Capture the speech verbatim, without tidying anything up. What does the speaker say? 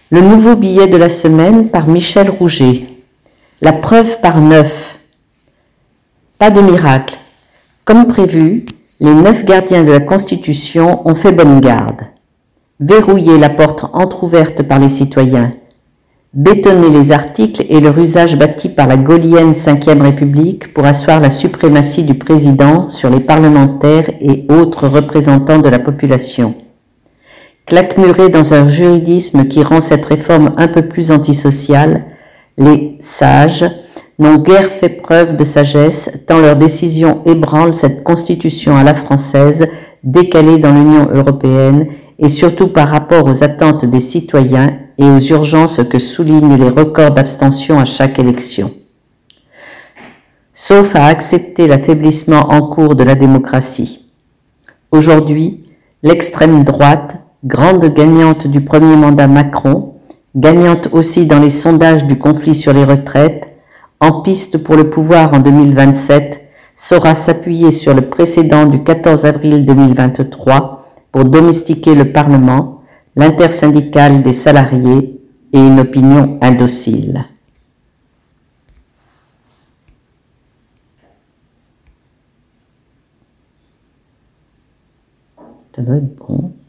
Le nouveau billet de la semaine par Michel Rouget. La preuve par neuf. Pas de miracle. Comme prévu, les neuf gardiens de la Constitution ont fait bonne garde. Verrouiller la porte entr'ouverte par les citoyens. Bétonner les articles et leur usage bâti par la gaullienne cinquième République pour asseoir la suprématie du président sur les parlementaires et autres représentants de la population. Claquemurés dans un juridisme qui rend cette réforme un peu plus antisociale, les sages n'ont guère fait preuve de sagesse tant leur décision ébranle cette constitution à la française décalée dans l'Union européenne et surtout par rapport aux attentes des citoyens et aux urgences que soulignent les records d'abstention à chaque élection. Sauf à accepter l'affaiblissement en cours de la démocratie. Aujourd'hui, l'extrême droite, grande gagnante du premier mandat Macron, gagnante aussi dans les sondages du conflit sur les retraites, en piste pour le pouvoir en deux mille vingt-sept, saura s'appuyer sur le précédent du quatorze avril deux mille vingt-trois pour domestiquer le Parlement, l'intersyndicale des salariés et une opinion indocile. Ça doit être bon.